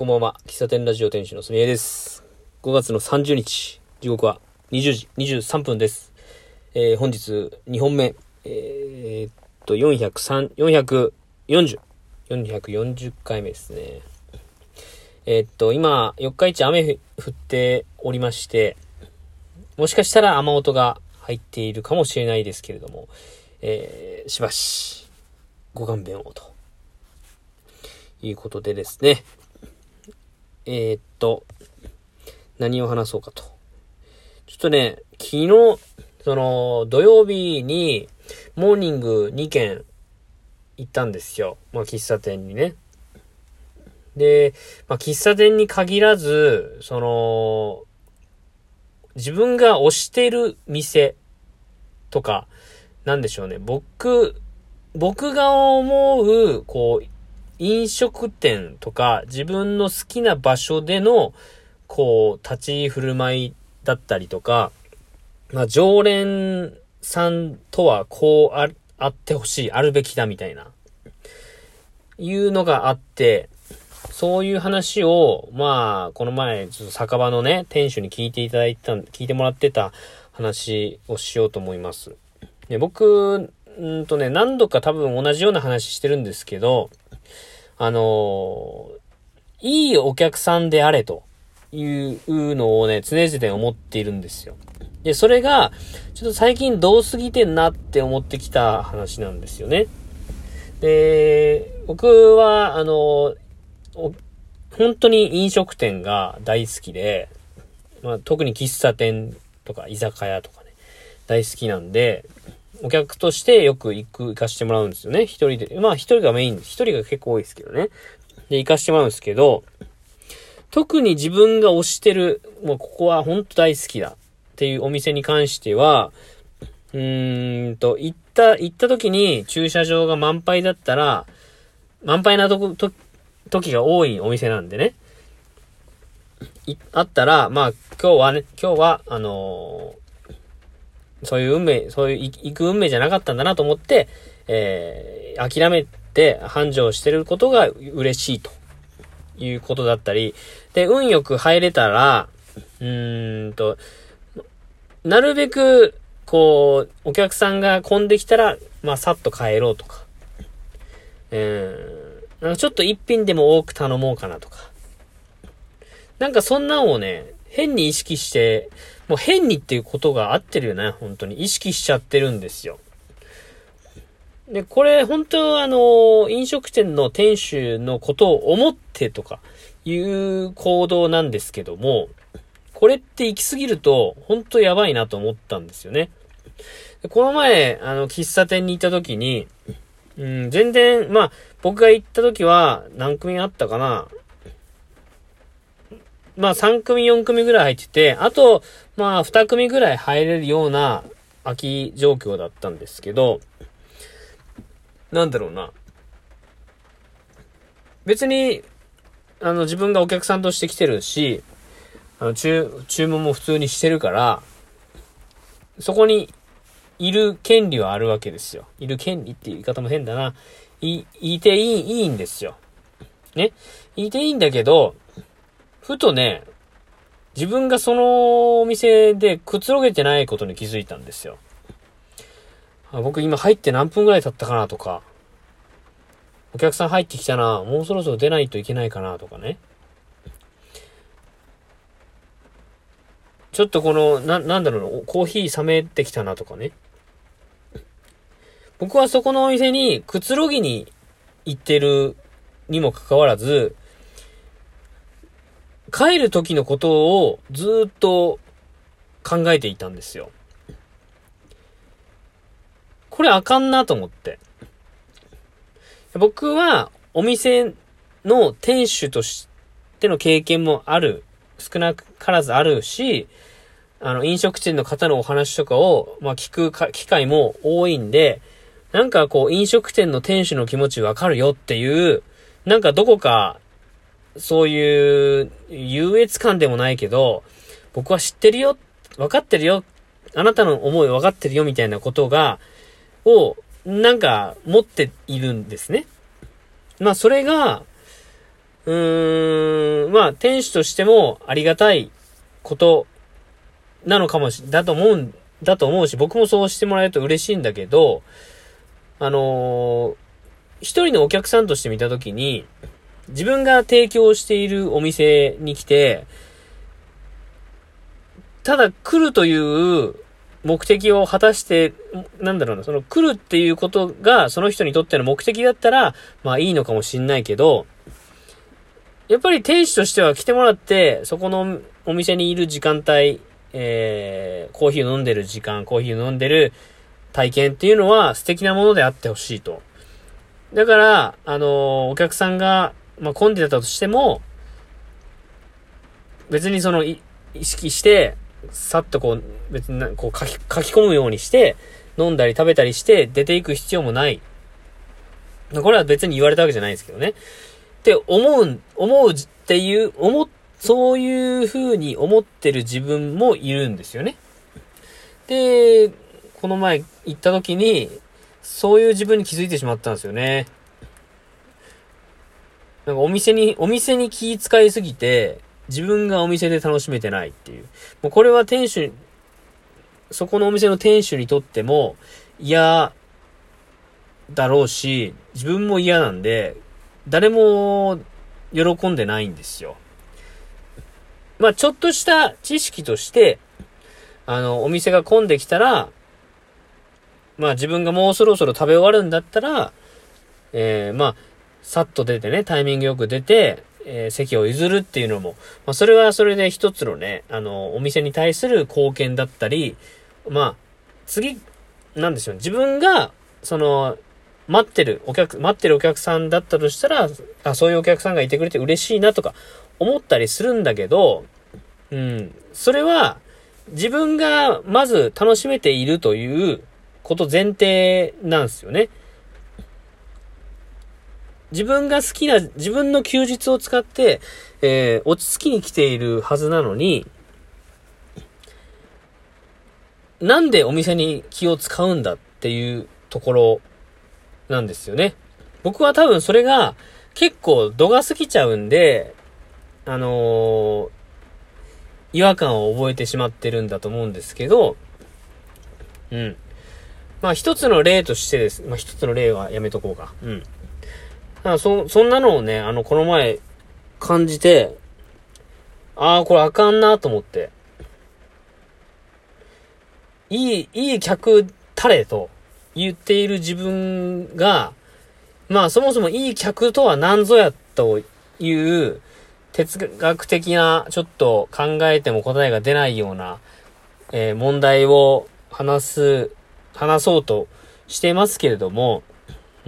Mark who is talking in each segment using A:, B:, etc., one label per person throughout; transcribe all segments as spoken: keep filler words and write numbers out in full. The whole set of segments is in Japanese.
A: こんばんは。喫茶店ラジオ店主のすみえです。ごがつのさんじゅうにち、時刻はにじゅうじにじゅうさんぷんです。えー、本日にほんめ、えー、っと、よんひゃくさん、よんひゃくよんじゅう、よんひゃくよんじゅっかいめですね。えー、っと、今、四日市雨降っておりまして、もしかしたら雨音が入っているかもしれないですけれども、えー、しばし、ご勘弁をと。いうことでですね。えー、っと、何を話そうかと。ちょっとね、昨日、その、土曜日に、モーニングにけん行ったんですよ。まあ、喫茶店にね。で、まあ、喫茶店に限らず、その、自分が推してる店とか、なんでしょうね。僕、僕が思う、こう、飲食店とか自分の好きな場所でのこう立ち振る舞いだったりとか、まあ常連さんとはこう あ, あってほしい、あるべきだみたいないうのがあって、そういう話をまあこの前ちょっと酒場のね店主に聞いていただいた聞いてもらってた話をしようと思います。で僕んとね何度か多分同じような話してるんですけど。あのー、いいお客さんであれというのをね、常々思っているんですよ。で、それが、ちょっと最近どう過ぎてんなって思ってきた話なんですよね。で、僕は、あのー、本当に飲食店が大好きで、まあ、特に喫茶店とか居酒屋とかね、大好きなんで、お客としてよく行く、行かしてもらうんですよね。一人で。まあ一人がメインです。一人が結構多いですけどね。で、行かしてもらうんですけど、特に自分が推してる、もうここは本当大好きだっていうお店に関しては、うーんと、行った、行った時に駐車場が満杯だったら、満杯なとこ、と、時が多いお店なんでね。い、あったら、まあ今日はね、今日は、あのー、そういう運命、そういう行く運命じゃなかったんだなと思って、えー、諦めて繁盛してることが嬉しいということだったり、で、運よく入れたら、うーんと、なるべく、こう、お客さんが混んできたら、まあ、さっと帰ろうとか、えー、なんかちょっと一品でも多く頼もうかなとか、なんかそんなんをね、変に意識して、もう変にっていうことが合ってるよね、本当に。意識しちゃってるんですよ。で、これ本当あの、飲食店の店主のことを思ってとかいう行動なんですけども、これって行き過ぎると本当やばいなと思ったんですよね。でこの前、あの、喫茶店に行った時に、うん、全然、まあ、僕が行った時は何組あったかな。まあさんくみよんくみぐらい入ってて、あとまあにくみぐらい入れるような空き状況だったんですけど、なんだろうな。別に、あの自分がお客さんとして来てるし、あの注、注文も普通にしてるから、そこにいる権利はあるわけですよ。いる権利っていう言い方も変だな。い、いていい、いいんですよ。ね。いていいんだけど、ふとね、自分がそのお店でくつろげてないことに気づいたんですよ。僕今入って何分ぐらい経ったかなとか、お客さん入ってきたな、もうそろそろ出ないといけないかなとかね。ちょっとこの、な、なんだろうな、コーヒー冷めてきたなとかね。僕はそこのお店にくつろぎに行ってるにもかかわらず、帰る時のことをずーっと考えていたんですよ。これあかんなと思って。僕はお店の店主としての経験もある、少なからずあるし、あの飲食店の方のお話とかを、まあ、聞くか機会も多いんで、なんかこう飲食店の店主の気持ちわかるよっていう、なんかどこかそういう優越感でもないけど、僕は知ってるよ、分かってるよ、あなたの思い分かってるよみたいなことが、を、なんか持っているんですね。まあそれが、うーまあ、店主としてもありがたいことなのかもし、だと思うん、だと思うし、僕もそうしてもらえると嬉しいんだけど、あのー、一人のお客さんとして見たときに、自分が提供しているお店に来て、ただ来るという目的を果たして、なんだろうな、その来るっていうことがその人にとっての目的だったら、まあいいのかもしんないけど、やっぱり店主としては来てもらって、そこのお店にいる時間帯、えー、コーヒーを飲んでる時間、コーヒーを飲んでる体験っていうのは素敵なものであってほしいと。だから、あのー、お客さんが、まあ、混んでたとしても、別にその、意識して、さっとこう、別にこう書き、書き込むようにして、飲んだり食べたりして出ていく必要もない。これは別に言われたわけじゃないですけどね。って思う、思うっていう、思、そういう風に思ってる自分もいるんですよね。で、この前行った時に、そういう自分に気づいてしまったんですよね。なんかお店に、お店に気遣いすぎて、自分がお店で楽しめてないっていう。もうこれは店主、そこのお店の店主にとっても嫌だろうし、自分も嫌なんで、誰も喜んでないんですよ。まあちょっとした知識として、あの、お店が混んできたら、まあ自分がもうそろそろ食べ終わるんだったら、えー、まあ、さっと出てね、タイミングよく出て、えー、席を譲るっていうのも、まあそれはそれで一つのね、あの、お店に対する貢献だったり、まあ、次、なんでしょう、自分が、その、待ってるお客、待ってるお客さんだったとしたら、あ、そういうお客さんがいてくれて嬉しいなとか思ったりするんだけど、うん、それは、自分がまず楽しめているということ前提なんですよね。自分が好きな、自分の休日を使って、えー、落ち着きに来ているはずなのに、なんでお店に気を使うんだっていうところなんですよね。僕は多分それが結構度が過ぎちゃうんで、あのー、違和感を覚えてしまってるんだと思うんですけど、うん。まあ一つの例としてです。まあ一つの例はやめとこうか。うん。だからそ、そんなのをね、あの、この前感じて、ああ、これあかんなと思って。いい、いい客たれと言っている自分が、まあそもそもいい客とは何ぞやという哲学的なちょっと考えても答えが出ないような、えー、問題を話す、話そうとしていますけれども、うん、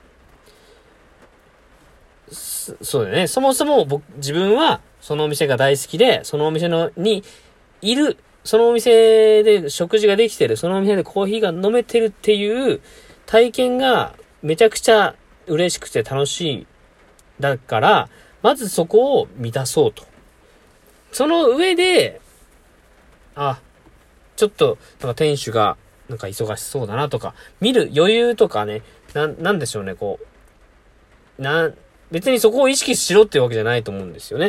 A: そうだよね。そもそも僕、自分はそのお店が大好きで、そのお店のにいる、そのお店で食事ができてる、そのお店でコーヒーが飲めてるっていう体験がめちゃくちゃ嬉しくて楽しい。だから、まずそこを満たそうと。その上で、あ、ちょっと、なんか店主がなんか忙しそうだなとか、見る余裕とかね、な、なんでしょうね、こう、な、別にそこを意識しろっていうわけじゃないと思うんですよね。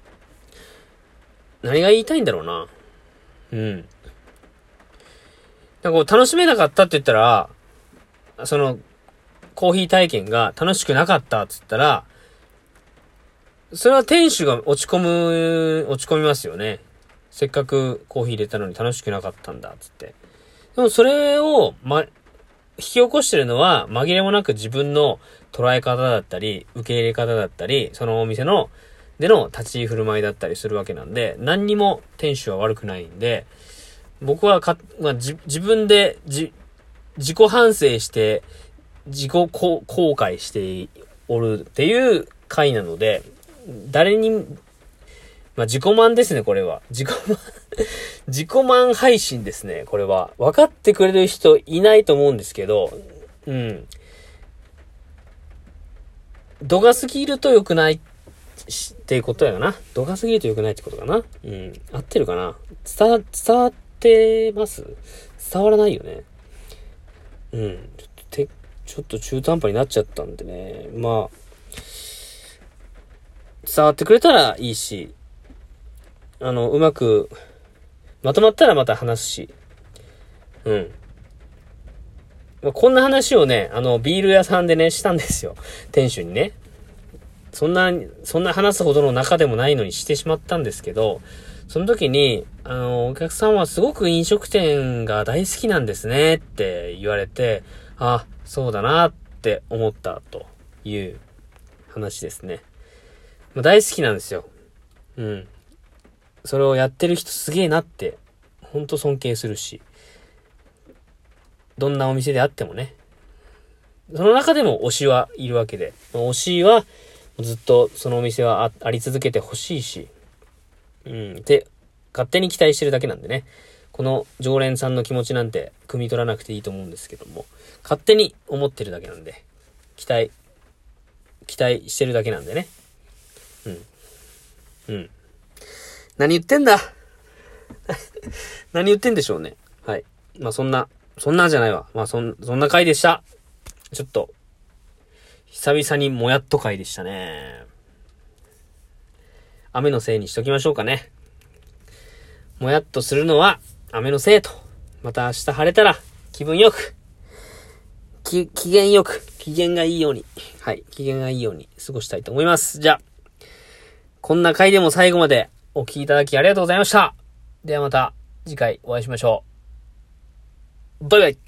A: 何が言いたいんだろうな。うん。なんかこう楽しめなかったって言ったら、その、コーヒー体験が楽しくなかったって言ったら、それは店主が落ち込む、落ち込みますよね。せっかくコーヒー入れたのに楽しくなかったんだっつって。でもそれを、ま、引き起こしてるのは紛れもなく自分の捉え方だったり、受け入れ方だったり、そのお店の、での立ち居振る舞いだったりするわけなんで、何にも店主は悪くないんで、僕はか、まあ、じ自分でじ自己反省して、自己後悔しておるっていう回なので、誰に、まあ、自己満ですね、これは。自己満、自己満配信ですね、これは。分かってくれる人いないと思うんですけど、うん。度が過ぎると良くないっていうことやな。度が過ぎると良くないってことかな。うん。合ってるかな。伝わ、伝わってます？伝わらないよね。うん。ちょっとて、ちょっと中途半端になっちゃったんでね。まあ、 伝わってくれたらいいし、あの、うまく、まとまったらまた話すし、うん。こんな話をね、あの、ビール屋さんでね、したんですよ。店主にね。そんな、そんな話すほどの仲でもないのにしてしまったんですけど、その時に、あの、お客さんはすごく飲食店が大好きなんですねって言われて、あ、そうだなって思ったという話ですね。まあ、大好きなんですよ。うん。それをやってる人すげえなって、ほんと尊敬するし、どんなお店であってもね。その中でも推しはいるわけで、推しはずっとそのお店は あ, あり続けてほしいし、うん、で、勝手に期待してるだけなんでね。この常連さんの気持ちなんて汲み取らなくていいと思うんですけども、勝手に思ってるだけなんで、期待、期待してるだけなんでね。うん。うん。何言ってんだ何言ってんでしょうね。はい。まあそんな、そんなじゃないわ。まあそん、そんな回でした。ちょっと、久々にもやっと回でしたね。雨のせいにしときましょうかね。もやっとするのは雨のせいと。また明日晴れたら気分よく、き、機嫌よく、機嫌がいいように、はい、機嫌がいいように過ごしたいと思います。じゃあ、こんな回でも最後までお聞きいただきありがとうございました。ではまた次回お会いしましょう。バイバイ。